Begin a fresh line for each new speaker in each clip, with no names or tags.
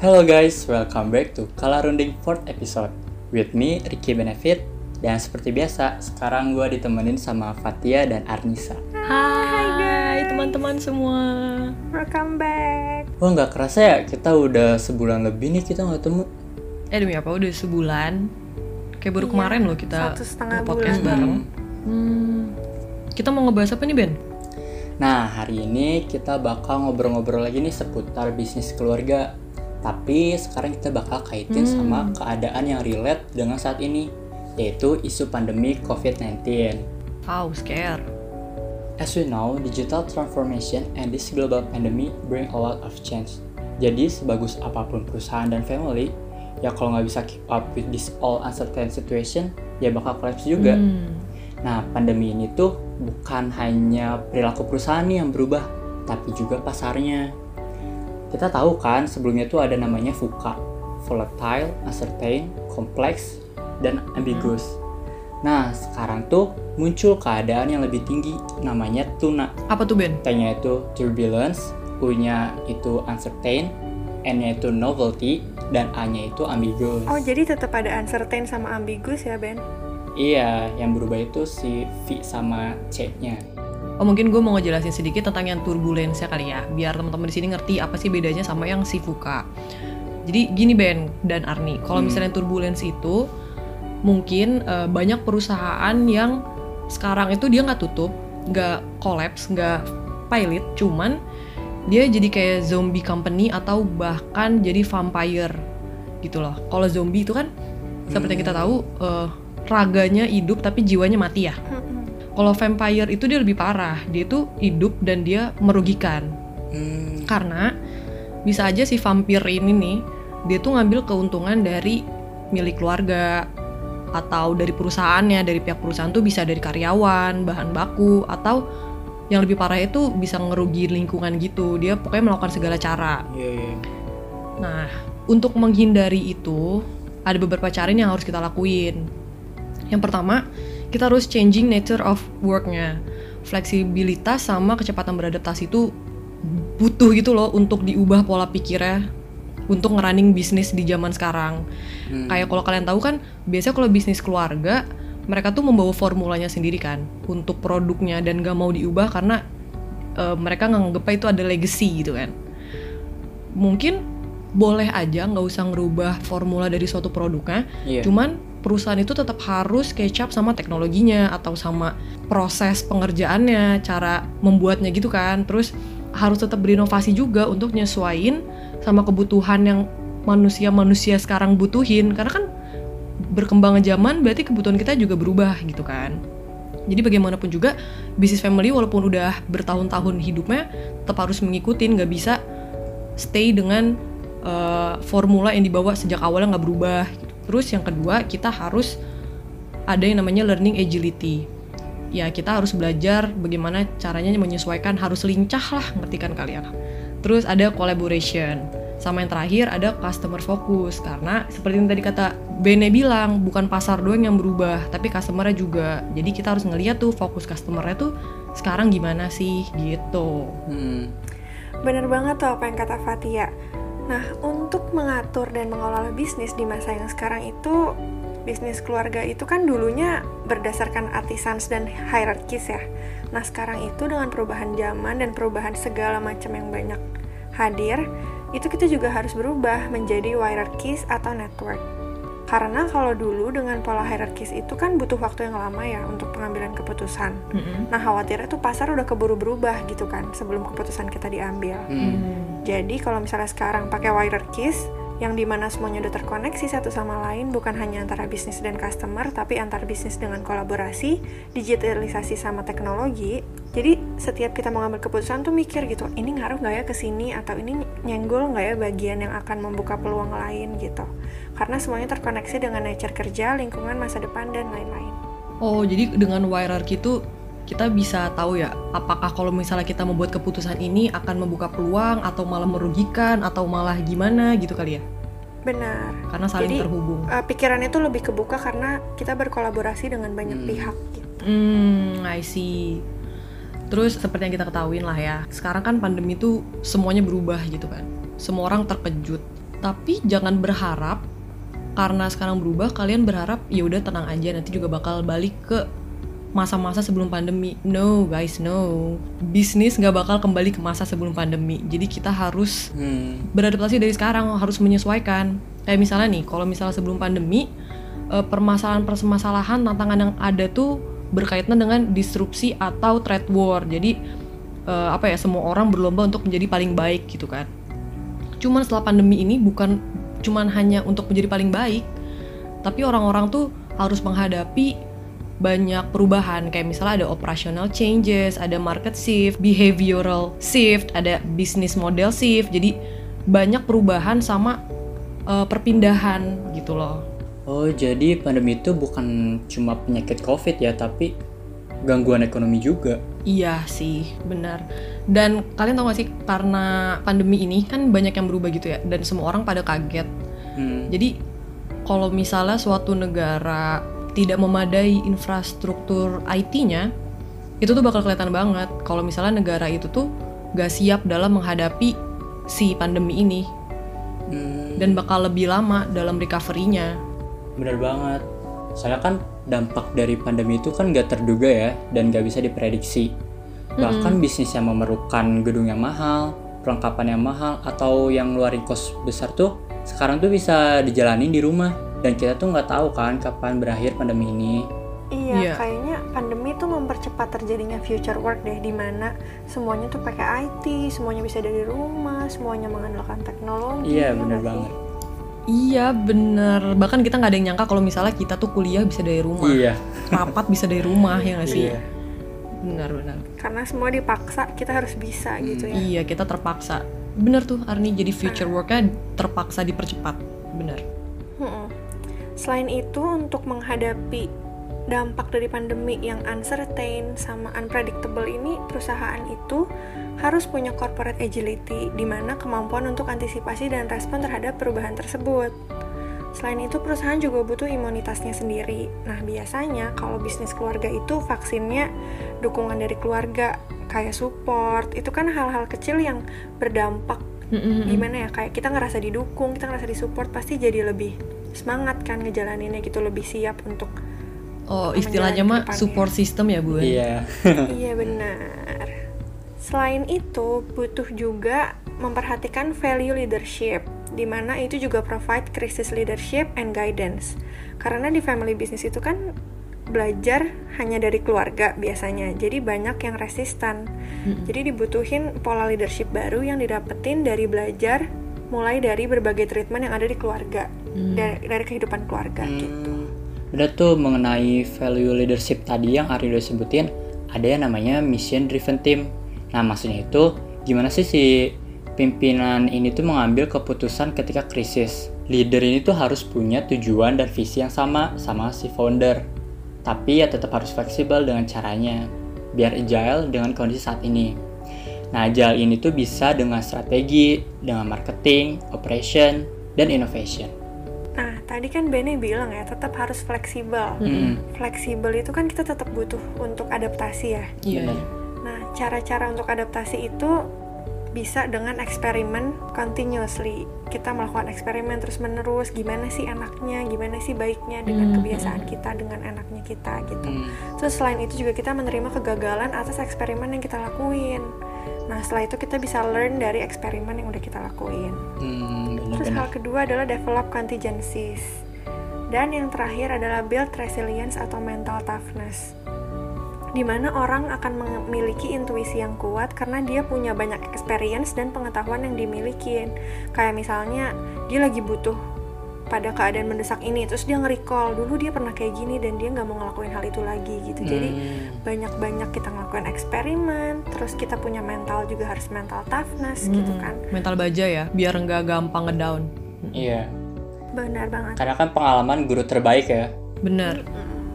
Hello guys, welcome back to Kalarunding 4th episode with me, Ricky Benefit. Dan seperti biasa, sekarang gue ditemenin sama Fatia dan Arnisa.
Hai teman-teman semua.
Welcome back.
Wah, gak kerasa ya, kita udah sebulan lebih nih kita gak ketemu.
Demi apa, udah sebulan. Kayak baru kemarin loh kita
1,5
podcast
bulan.
bareng. Kita mau ngebahas apa nih, Ben?
Nah, hari ini kita bakal ngobrol-ngobrol lagi nih seputar bisnis keluarga. Tapi sekarang kita bakal kaitin sama keadaan yang relate dengan saat ini, yaitu isu pandemi COVID-19.
Scare.
As we know, digital transformation and this global pandemic bring a lot of change. Jadi, sebagus apapun perusahaan dan family, ya kalau nggak bisa keep up with this all uncertain situation, ya bakal collapse juga. Nah, pandemi ini tuh bukan hanya perilaku perusahaan nih yang berubah, tapi juga pasarnya. Kita tahu kan, sebelumnya tuh ada namanya VUCA, volatile, uncertain, complex, dan ambiguous. Nah, sekarang tuh muncul keadaan yang lebih tinggi, namanya TUNA.
Apa tuh, Ben?
T-nya itu turbulence, U-nya itu uncertain, N-nya itu novelty, dan A-nya itu ambiguous.
Oh, jadi tetap ada uncertain sama ambiguous ya, Ben?
Iya, yang berubah itu si V sama C-nya.
Mungkin gue mau ngejelasin sedikit tentang yang turbulence kali ya, biar teman-teman di sini ngerti apa sih bedanya sama yang si VUCA. Jadi gini Ben dan Arni, kalau misalnya turbulence itu mungkin banyak perusahaan yang sekarang itu dia nggak tutup, nggak collapse, nggak pilot, cuman dia jadi kayak zombie company atau bahkan jadi vampire gitu loh. Kalau zombie itu kan seperti yang kita tahu raganya hidup tapi jiwanya mati ya. Kalau vampire itu dia lebih parah, dia tuh hidup dan dia merugikan. Karena bisa aja si vampir ini nih, dia tuh ngambil keuntungan dari milik keluarga atau dari perusahaannya, dari pihak perusahaan tuh bisa dari karyawan, bahan baku, atau yang lebih parah itu bisa ngerugiin lingkungan gitu. Dia pokoknya melakukan segala cara. Nah, untuk menghindari itu ada beberapa cara yang harus kita lakuin. Yang pertama, kita harus changing nature of work-nya. Fleksibilitas sama kecepatan beradaptasi itu butuh gitu loh untuk diubah pola pikirnya untuk ngerunning bisnis di zaman sekarang. Kayak kalau kalian tahu kan, biasanya kalau bisnis keluarga, mereka tuh membawa formulanya sendiri kan untuk produknya dan gak mau diubah karena mereka nganggepnya itu ada legacy gitu kan. Mungkin boleh aja gak usah ngerubah formula dari suatu produknya, cuman perusahaan itu tetap harus catch up sama teknologinya atau sama proses pengerjaannya, cara membuatnya gitu kan. Terus harus tetap berinovasi juga untuk nyesuaiin sama kebutuhan yang manusia sekarang butuhin. Karena kan berkembangnya zaman berarti kebutuhan kita juga berubah gitu kan. Jadi bagaimanapun juga bisnis family walaupun udah bertahun-tahun hidupnya tetap harus mengikutin, gak bisa stay dengan formula yang dibawa sejak awalnya gak berubah gitu. Terus yang kedua, kita harus ada yang namanya learning agility. Ya, kita harus belajar bagaimana caranya menyesuaikan, harus lincah lah, ngerti kan kalian. Terus ada collaboration. Sama yang terakhir ada customer focus. Karena seperti yang tadi kata Bene bilang, bukan pasar doang yang berubah, tapi customer-nya juga. Jadi kita harus ngeliat tuh fokus customer-nya tuh sekarang gimana sih, gitu.
Bener banget tuh apa yang kata Fatia. Nah, untuk mengatur dan mengelola bisnis di masa yang sekarang itu, bisnis keluarga itu kan dulunya berdasarkan artisans dan hierarkis ya. Nah, sekarang itu dengan perubahan zaman dan perubahan segala macam yang banyak hadir, itu kita juga harus berubah menjadi hierarkis atau network. Karena kalau dulu dengan pola hierarkis itu kan butuh waktu yang lama ya untuk pengambilan keputusan. Nah, khawatirnya tuh pasar udah keburu berubah gitu kan sebelum keputusan kita diambil. Jadi kalau misalnya sekarang pakai hierarkis yang dimana semuanya udah terkoneksi satu sama lain, bukan hanya antara bisnis dan customer, tapi antar bisnis dengan kolaborasi, digitalisasi sama teknologi. Jadi setiap kita mau ngambil keputusan tuh mikir gitu, ini ngaruh nggak ya ke sini, atau ini nyenggol nggak ya bagian yang akan membuka peluang lain gitu. Karena semuanya terkoneksi dengan nature kerja, lingkungan, masa depan, dan lain-lain.
Oh, jadi dengan hierarchy itu kita bisa tahu ya, apakah kalau misalnya kita membuat keputusan ini akan membuka peluang atau malah merugikan atau malah gimana gitu kali ya?
Benar.
Karena saling terhubung.
Pikirannya tuh lebih kebuka karena kita berkolaborasi dengan banyak pihak gitu.
I see. Terus seperti yang kita ketahuin lah ya, sekarang kan pandemi tuh semuanya berubah gitu kan. Semua orang terkejut. Tapi jangan berharap karena sekarang berubah kalian berharap ya udah tenang aja nanti juga bakal balik ke masa-masa sebelum pandemi. No guys, no. Bisnis nggak bakal kembali ke masa sebelum pandemi. Jadi kita harus beradaptasi dari sekarang, harus menyesuaikan. Kayak misalnya nih, kalau misalnya sebelum pandemi permasalahan tantangan yang ada tuh berkaitan dengan disrupsi atau trade war. Jadi semua orang berlomba untuk menjadi paling baik gitu kan. Cuman setelah pandemi ini bukan cuman hanya untuk menjadi paling baik, tapi orang-orang tuh harus menghadapi banyak perubahan. Kayak misalnya ada operational changes, ada market shift, behavioral shift, ada business model shift. Jadi banyak perubahan sama perpindahan gitu loh.
Oh, jadi pandemi itu bukan cuma penyakit COVID ya, tapi gangguan ekonomi juga.
Iya sih, benar. Dan kalian tau gak sih, karena pandemi ini kan banyak yang berubah gitu ya, dan semua orang pada kaget. Jadi kalau misalnya suatu negara tidak memadai infrastruktur IT-nya, itu tuh bakal kelihatan banget kalau misalnya negara itu tuh gak siap dalam menghadapi si pandemi ini. Dan bakal lebih lama dalam recovery-nya.
Bener banget. Soalnya kan dampak dari pandemi itu kan gak terduga ya, dan gak bisa diprediksi. Bahkan bisnis yang memerlukan gedung yang mahal, perlengkapan yang mahal, atau yang ngeluarin kos besar tuh sekarang tuh bisa dijalanin di rumah. Dan kita tuh gak tahu kan kapan berakhir pandemi ini.
Iya, kayaknya pandemi tuh mempercepat terjadinya future work deh, dimana semuanya tuh pakai IT, semuanya bisa dari rumah, semuanya mengandalkan teknologi.
Iya, bener banget.
Iya bener, bahkan kita nggak ada yang nyangka kalau misalnya kita tuh kuliah bisa dari rumah, rapat bisa dari rumah, ya nggak sih?
Iya.
Benar.
Karena semua dipaksa, kita harus bisa gitu ya.
Iya, kita terpaksa. Bener tuh Arni, jadi future work-nya terpaksa dipercepat, bener.
Selain itu, untuk menghadapi dampak dari pandemi yang uncertain sama unpredictable ini, perusahaan itu harus punya corporate agility, di mana kemampuan untuk antisipasi dan respon terhadap perubahan tersebut. Selain itu, perusahaan juga butuh imunitasnya sendiri. Nah, biasanya kalau bisnis keluarga itu vaksinnya dukungan dari keluarga, kayak support. Itu kan hal-hal kecil yang berdampak. Gimana ya, kayak kita ngerasa didukung, kita ngerasa disupport, pasti jadi lebih semangat kan ngejalaninnya gitu, lebih siap untuk
istilahnya mah support system ya Bu.
Iya.
Iya benar. Selain itu, butuh juga memperhatikan value leadership, di mana itu juga provide crisis leadership and guidance. Karena di family business itu kan belajar hanya dari keluarga biasanya, jadi banyak yang resistan. Jadi dibutuhin pola leadership baru yang didapetin dari belajar, mulai dari berbagai treatment yang ada di keluarga, dari kehidupan keluarga gitu.
Udah tuh mengenai value leadership tadi yang Ari udah sebutin, ada yang namanya mission driven team. Nah, maksudnya itu gimana sih si pimpinan ini tuh mengambil keputusan ketika krisis. Leader ini tuh harus punya tujuan dan visi yang sama si founder. Tapi ya tetap harus fleksibel dengan caranya, biar agile dengan kondisi saat ini. Nah, agile ini tuh bisa dengan strategi, dengan marketing, operation, dan innovation.
Nah, tadi kan Bene bilang ya, tetap harus fleksibel. Fleksibel itu kan kita tetap butuh untuk adaptasi ya.
Iya.
Nah, cara-cara untuk adaptasi itu bisa dengan eksperimen continuously. Kita melakukan eksperimen terus-menerus, gimana sih enaknya, gimana sih baiknya dengan kebiasaan kita, dengan enaknya kita gitu. Terus selain itu juga kita menerima kegagalan atas eksperimen yang kita lakuin. Nah, setelah itu kita bisa learn dari eksperimen yang udah kita lakuin. Terus hal kedua adalah develop contingencies. Dan yang terakhir adalah build resilience atau mental toughness, di mana orang akan memiliki intuisi yang kuat karena dia punya banyak experience dan pengetahuan yang dimiliki. Kayak misalnya dia lagi butuh pada keadaan mendesak ini, terus dia nge-recall dulu dia pernah kayak gini dan dia nggak mau ngelakuin hal itu lagi gitu. Jadi banyak-banyak kita ngelakuin eksperimen, terus kita punya mental juga, harus mental toughness gitu kan.
Mental baja ya, biar nggak gampang ngedown.
Iya.
Benar banget.
Karena kan pengalaman guru terbaik ya.
Bener.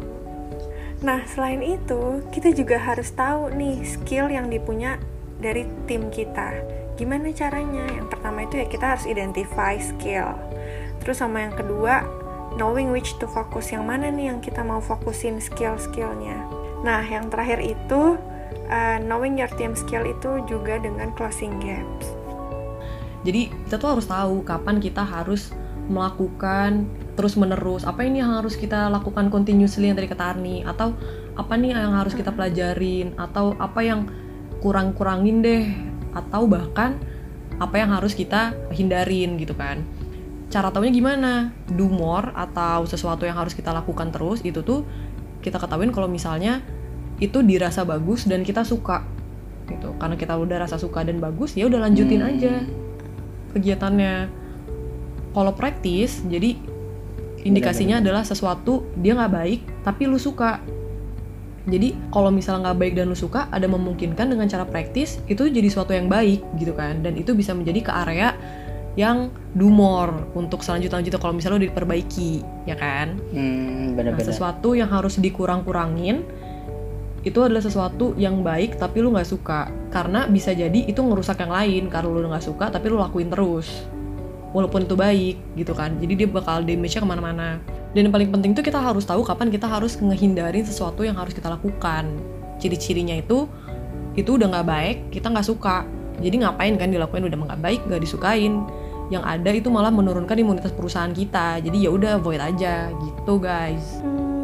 Nah, selain itu, kita juga harus tahu nih skill yang dipunya dari tim kita. Gimana caranya? Yang pertama itu ya kita harus identify skill. Terus sama yang kedua, knowing which to focus, yang mana nih yang kita mau fokusin skill-skillnya. Nah, yang terakhir itu, knowing your team skill itu juga dengan closing gaps.
Jadi kita tuh harus tahu kapan kita harus melakukan terus menerus, apa ini yang harus kita lakukan continuously yang tadi kata Arni, atau apa nih yang harus kita pelajarin, atau apa yang kurang-kurangin deh, atau bahkan apa yang harus kita hindarin gitu kan. Cara taunya gimana? Do more atau sesuatu yang harus kita lakukan terus, itu tuh kita ketahuin kalau misalnya itu dirasa bagus dan kita suka gitu. Karena kita udah rasa suka dan bagus, ya udah lanjutin aja kegiatannya. Kalau praktis, jadi indikasinya adalah sesuatu dia nggak baik tapi lu suka. Jadi kalau misalnya nggak baik dan lu suka, ada memungkinkan dengan cara praktis itu jadi sesuatu yang baik gitu kan, dan itu bisa menjadi ke area yang do more untuk selanjutnya kalau misalnya udah diperbaiki, ya kan?
Benar-benar.
Nah, sesuatu yang harus dikurang-kurangin itu adalah sesuatu yang baik tapi lu nggak suka, karena bisa jadi itu ngerusak yang lain karena lu nggak suka tapi lu lakuin terus walaupun itu baik gitu kan. Jadi dia bakal damage-nya kemana-mana. Dan yang paling penting tuh kita harus tahu kapan kita harus ngehindarin sesuatu yang harus kita lakukan. Ciri-cirinya itu udah nggak baik, kita nggak suka. Jadi ngapain kan dilakuin, udah nggak baik, nggak disukain. Yang ada itu malah menurunkan imunitas perusahaan kita. Jadi ya udah avoid aja gitu guys.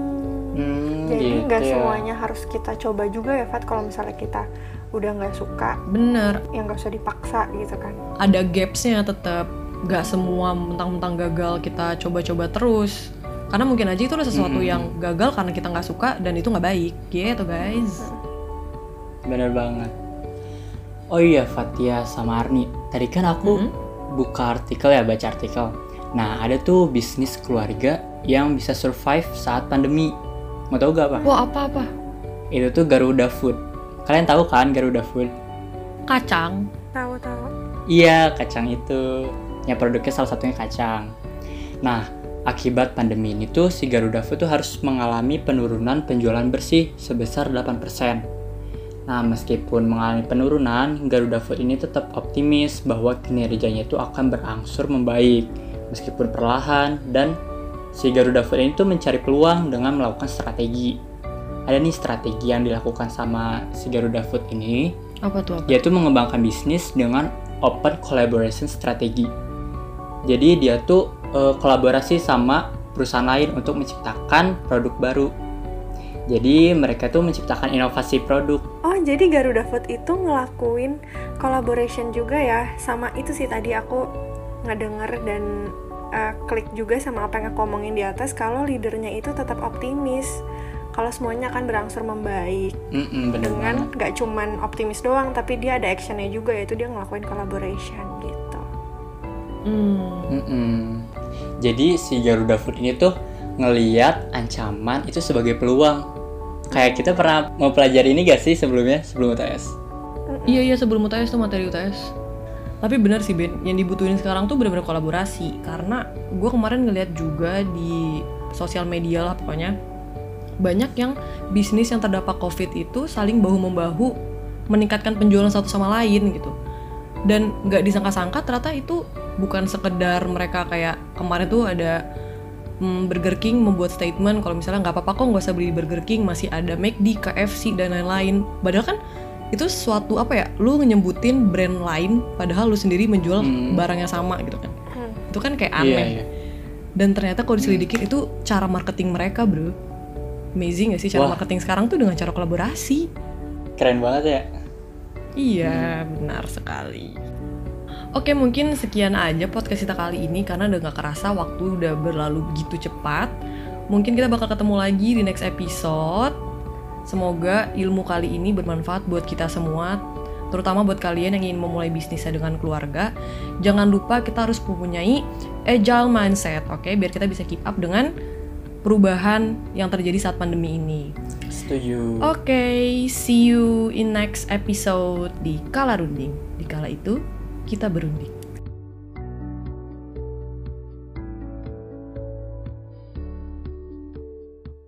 Jadi nggak
gitu ya.
semuanya harus kita coba juga ya Fat, kalau misalnya kita udah nggak suka.
Bener.
Yang nggak usah dipaksa gitu kan.
Ada gaps-nya tetap. Gak semua mentang-mentang gagal kita coba-coba terus, karena mungkin aja itu adalah sesuatu yang gagal karena kita nggak suka dan itu nggak baik gitu guys.
Bener banget. Oh iya Fatia sama Arni, tadi kan aku buka artikel ya, baca artikel. Nah ada tuh bisnis keluarga yang bisa survive saat pandemi. Mau tahu gak apa?
Wah, apa-apa?
Itu tuh Garuda Food. Kalian tahu kan Garuda Food?
Kacang.
Tahu.
Iya, kacang itu. Yang produknya salah satunya kacang. Nah, akibat pandemi ini tuh si Garuda Food tuh harus mengalami penurunan penjualan bersih sebesar 8%. Nah, meskipun mengalami penurunan, Garuda Food ini tetap optimis bahwa kinerjanya itu akan berangsur membaik meskipun perlahan, dan si Garuda Food ini tuh mencari peluang dengan melakukan strategi. Ada nih strategi yang dilakukan sama si Garuda Food ini.
Apa tuh?
Yaitu mengembangkan bisnis dengan open collaboration strategi. Jadi dia tuh kolaborasi sama perusahaan lain untuk menciptakan produk baru. Jadi mereka tuh menciptakan inovasi produk.
Oh, jadi Garuda Food itu ngelakuin collaboration juga ya. Sama itu sih tadi aku ngedenger dan klik juga sama apa yang aku omongin di atas, kalau leadernya itu tetap optimis kalau semuanya akan berangsur membaik. Dengan gak cuman optimis doang, tapi dia ada actionnya juga, yaitu dia ngelakuin collaboration gitu.
Jadi si Garuda Food ini tuh ngeliat ancaman itu sebagai peluang. Kayak kita pernah mau pelajari ini gak sih sebelum UTS?
Iya, sebelum UTS tuh materi UTS. Tapi benar sih Ben, yang dibutuhin sekarang tuh benar-benar kolaborasi. Karena gue kemarin ngeliat juga di sosial media lah pokoknya, banyak yang bisnis yang terdampak COVID itu saling bahu-membahu meningkatkan penjualan satu sama lain gitu. Dan nggak disangka-sangka ternyata itu bukan sekedar mereka kayak kemarin tuh ada Burger King membuat statement kalau misalnya nggak apa-apa kok nggak usah beli di Burger King, masih ada McD, KFC dan lain-lain. Padahal kan itu suatu lu nyebutin brand lain padahal lu sendiri menjual barang yang sama gitu kan. Itu kan kayak aneh.
Iya.
Dan ternyata kalau diselidikin itu cara marketing mereka, bro. Amazing gak sih cara marketing sekarang tuh dengan cara kolaborasi.
Keren banget ya.
Iya, benar sekali. Oke, mungkin sekian aja podcast kita kali ini karena udah gak kerasa waktu udah berlalu begitu cepat. Mungkin kita bakal ketemu lagi di next episode. Semoga ilmu kali ini bermanfaat buat kita semua, terutama buat kalian yang ingin memulai bisnisnya dengan keluarga. Jangan lupa kita harus mempunyai agile mindset, oke? Biar kita bisa keep up dengan perubahan yang terjadi saat pandemi ini.
Setuju.
Oke, see you in next episode di Kala Runding. Di kala itu kita berunding.